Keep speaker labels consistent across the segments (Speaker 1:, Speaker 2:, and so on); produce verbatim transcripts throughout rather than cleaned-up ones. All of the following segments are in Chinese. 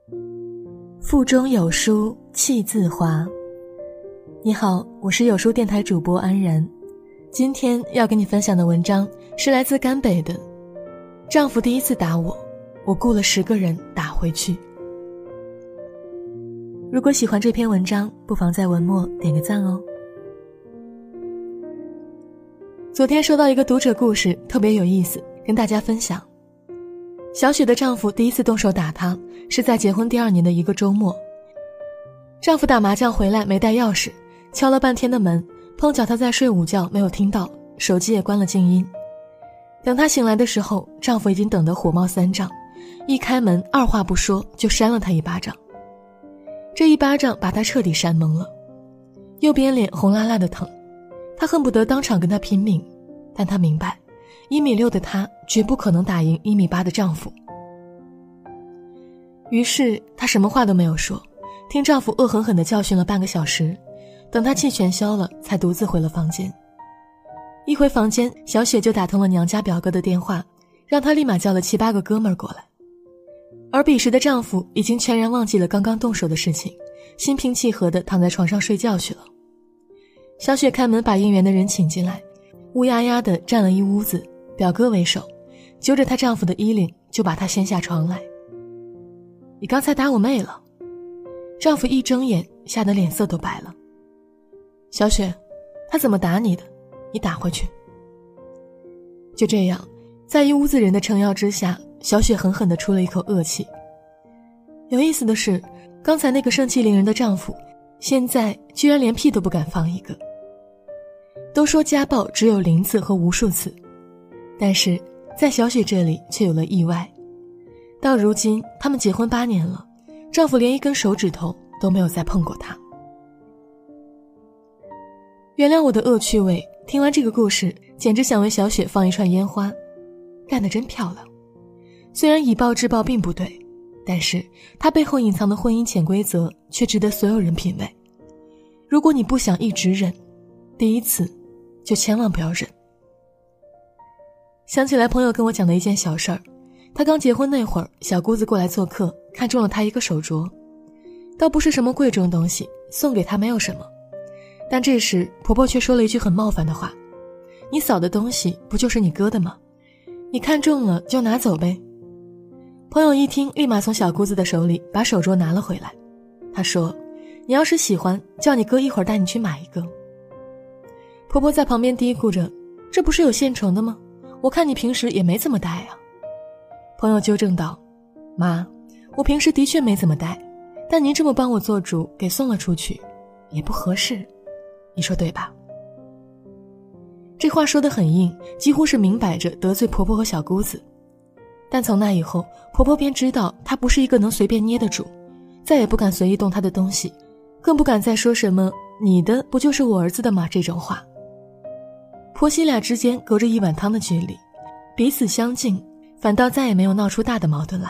Speaker 1: 腹中有书气自华。你好，我是有书电台主播安然。今天要跟你分享的文章是来自甘北的丈夫第一次打我，我雇了十个人打回去。如果喜欢这篇文章，不妨在文末点个赞哦。昨天收到一个读者故事，特别有意思，跟大家分享。小雪的丈夫第一次动手打她，是在结婚第二年的一个周末。丈夫打麻将回来没带钥匙，敲了半天的门，碰巧她在睡午觉没有听到，手机也关了静音。等她醒来的时候，丈夫已经等得火冒三丈，一开门二话不说就扇了她一巴掌。这一巴掌把她彻底扇懵了，右边脸红辣辣的疼，她恨不得当场跟他拼命，但她明白一米六的她绝不可能打赢一米八的丈夫。于是她什么话都没有说，听丈夫恶狠狠地教训了半个小时，等她气全消了，才独自回了房间。一回房间，小雪就打通了娘家表哥的电话，让他立马叫了七八个哥们儿过来。而彼时的丈夫已经全然忘记了刚刚动手的事情，心平气和地躺在床上睡觉去了。小雪开门把应援的人请进来，乌压压地站了一屋子，表哥为首，揪着她丈夫的衣领就把她掀下床来。你刚才打我妹了。丈夫一睁眼，吓得脸色都白了。小雪，他怎么打你的？你打回去。就这样，在一屋子人的撑腰之下，小雪狠狠地出了一口恶气。有意思的是，刚才那个盛气凌人的丈夫，现在居然连屁都不敢放一个。都说家暴只有零次和无数次，但是在小雪这里却有了意外。到如今他们结婚八年了，丈夫连一根手指头都没有再碰过她。原谅我的恶趣味，听完这个故事简直想为小雪放一串烟花，干得真漂亮。虽然以暴制暴并不对，但是它背后隐藏的婚姻潜规则却值得所有人品味。如果你不想一直忍，第一次就千万不要忍。想起来朋友跟我讲的一件小事儿，他刚结婚那会儿，小姑子过来做客，看中了他一个手镯，倒不是什么贵重东西，送给他没有什么。但这时婆婆却说了一句很冒犯的话，你嫂的东西不就是你哥的吗？你看中了就拿走呗。朋友一听，立马从小姑子的手里把手镯拿了回来。他说，你要是喜欢，叫你哥一会儿带你去买一个。婆婆在旁边嘀咕着，这不是有现成的吗？我看你平时也没怎么戴啊。朋友纠正道，妈，我平时的确没怎么戴，但您这么帮我做主给送了出去，也不合适，你说对吧？这话说得很硬，几乎是明摆着得罪婆婆和小姑子。但从那以后，婆婆便知道她不是一个能随便捏的主，再也不敢随意动她的东西，更不敢再说什么你的不就是我儿子的吗这种话。婆媳俩之间隔着一碗汤的距离，彼此相敬，反倒再也没有闹出大的矛盾来。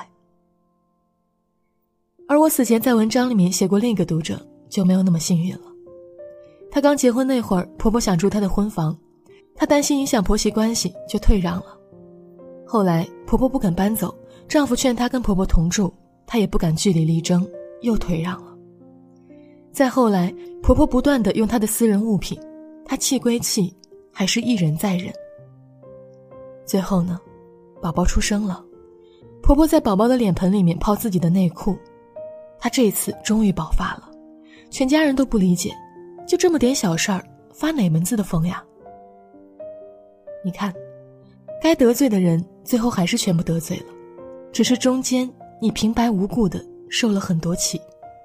Speaker 1: 而我此前在文章里面写过另一个读者，就没有那么幸运了。她刚结婚那会儿，婆婆想住她的婚房，她担心影响婆媳关系，就退让了。后来婆婆不肯搬走，丈夫劝她跟婆婆同住，她也不敢据理力争，又退让了。再后来，婆婆不断地用她的私人物品，她气归气，还是一忍再忍。最后呢，宝宝出生了，婆婆在宝宝的脸盆里面泡自己的内裤，她这次终于爆发了，全家人都不理解，就这么点小事儿，发哪门子的疯呀？你看，该得罪的人最后还是全部得罪了，只是中间你平白无故的受了很多气。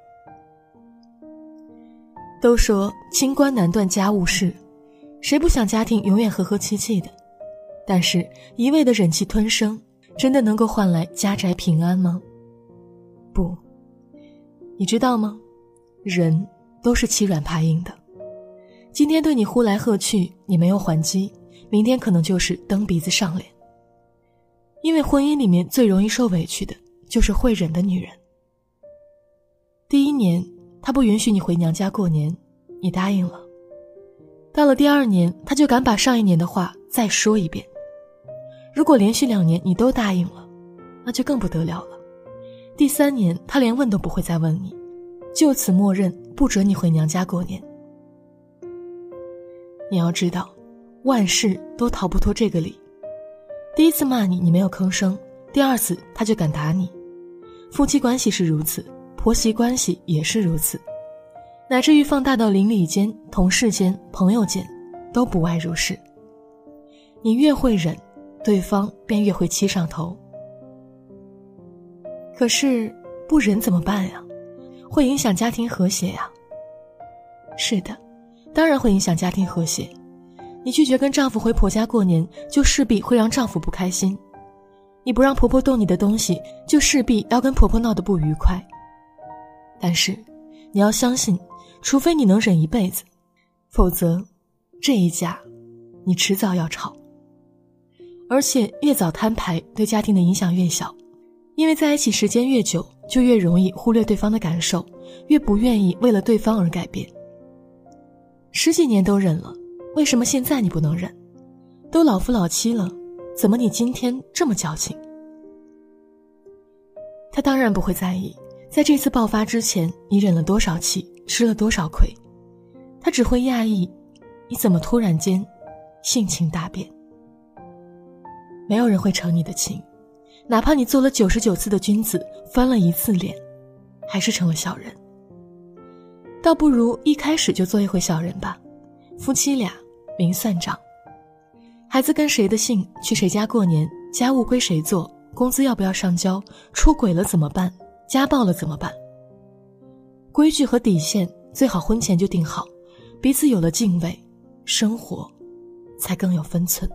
Speaker 1: 都说清官难断家务事，谁不想家庭永远和和气气的？但是一味的忍气吞声，真的能够换来家宅平安吗？不，你知道吗？人都是欺软怕硬的。今天对你呼来喝去，你没有还击，明天可能就是蹬鼻子上脸。因为婚姻里面最容易受委屈的就是会忍的女人。第一年她不允许你回娘家过年，你答应了。到了第二年，她就敢把上一年的话再说一遍。如果连续两年你都答应了，那就更不得了了。 第三年他连问都不会再问你，就此默认不准你回娘家过年。你要知道，万事都逃不脱这个理。第一次骂你，你没有吭声，第二次他就敢打你。夫妻关系是如此，婆媳关系也是如此，乃至于放大到邻里间、同事间、朋友间，都不外如是。你越会忍，对方便越会欺上头。可是不忍怎么办呀？会影响家庭和谐呀。是的，当然会影响家庭和谐。你拒绝跟丈夫回婆家过年，就势必会让丈夫不开心。你不让婆婆动你的东西，就势必要跟婆婆闹得不愉快。但是你要相信，除非你能忍一辈子，否则这一架你迟早要吵。而且越早摊牌，对家庭的影响越小，因为在一起时间越久，就越容易忽略对方的感受，越不愿意为了对方而改变。十几年都忍了，为什么现在你不能忍？都老夫老妻了，怎么你今天这么矫情？他当然不会在意，在这次爆发之前，你忍了多少气，吃了多少亏。他只会讶异，你怎么突然间性情大变。没有人会成你的情，哪怕你做了九十九次的君子，翻了一次脸，还是成了小人。倒不如一开始就做一回小人吧，夫妻俩明算账，孩子跟谁的姓，去谁家过年，家务归谁做，工资要不要上交，出轨了怎么办，家暴了怎么办。规矩和底线最好婚前就定好，彼此有了敬畏，生活才更有分寸。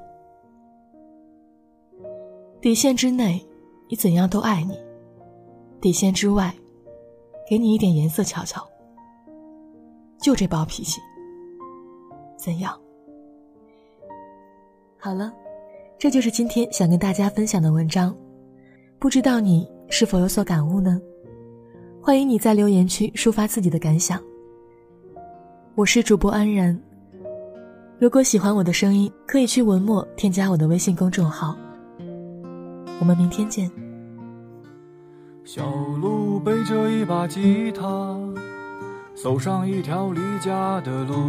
Speaker 1: 底线之内，你怎样都爱你；底线之外，给你一点颜色瞧瞧。就这暴脾气，怎样？好了，这就是今天想跟大家分享的文章，不知道你是否有所感悟呢？欢迎你在留言区抒发自己的感想。我是主播安然，如果喜欢我的声音，可以去文末添加我的微信公众号。我们明天见。
Speaker 2: 小鹿背着一把吉他，走上一条离家的路，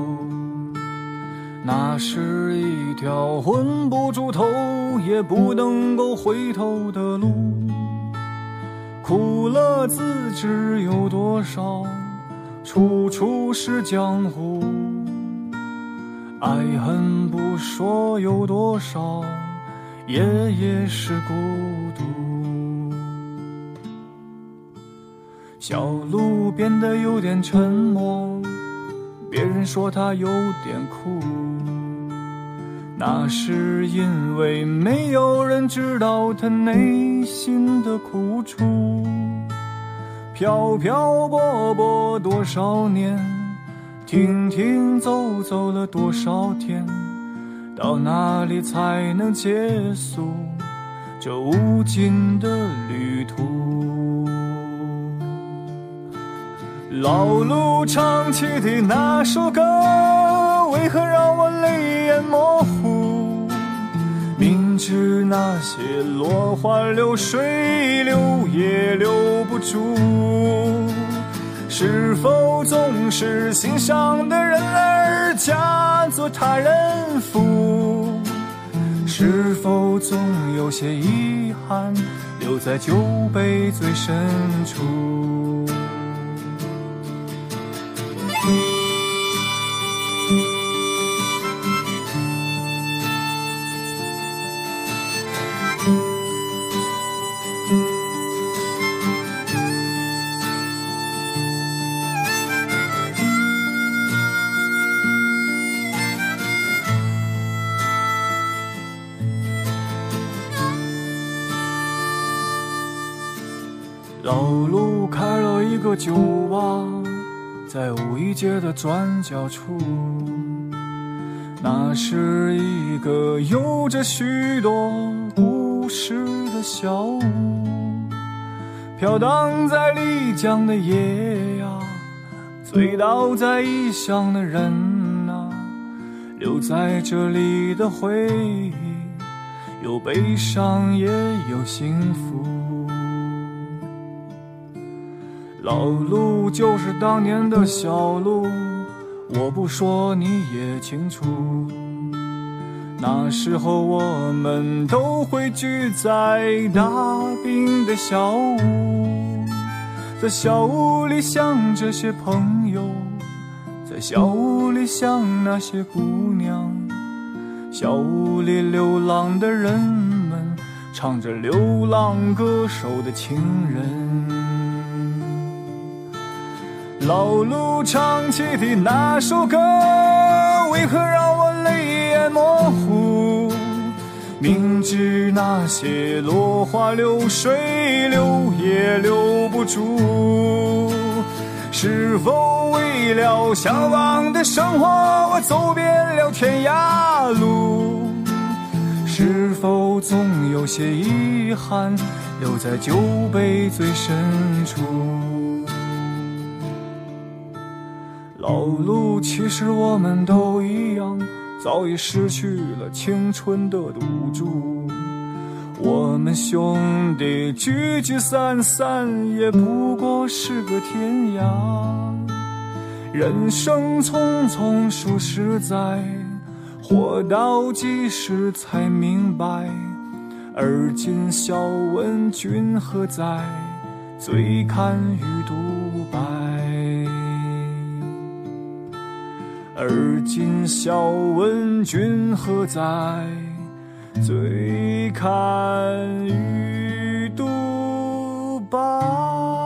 Speaker 2: 那是一条混不出头也不能够回头的路。苦乐自知有多少，处处是江湖。爱恨不说有多少，夜夜是孤独。小鹿变得有点沉默，别人说他有点酷，那是因为没有人知道他内心的苦楚。飘飘泊泊多少年，停停走走了多少天，到哪里才能结束这无尽的旅途？老路唱起的那首歌，为何让我泪眼模糊？明知那些落花流水留也留不住，是否总是心上的人儿嫁作他人妇？是否总有些遗憾留在酒杯最深处？老路开了一个酒吧，在五一街的转角处，那是一个有着许多故事的小屋。飘荡在丽江的夜呀，醉倒在异乡的人啊，留在这里的回忆，有悲伤也有幸福。 老路就是当年的小路，我不说你也清楚。那时候我们都会聚在大冰的小屋，在小屋里想这些朋友，在小屋里想那些姑娘，小屋里流浪的人们唱着流浪歌手的情人。老路唱起的那首歌，为何让我泪眼模糊？明知那些落花流水留也留不住，是否为了向往的生活，我走遍了天涯路？是否总有些遗憾留在酒杯最深处？老路，其实我们都一样，早已失去了青春的赌注。我们兄弟聚聚散散，也不过是个天涯。人生匆匆数十载，活到几时才明白，而今笑问君何在，醉看鱼独白。而今笑问君何在，醉看鱼独白。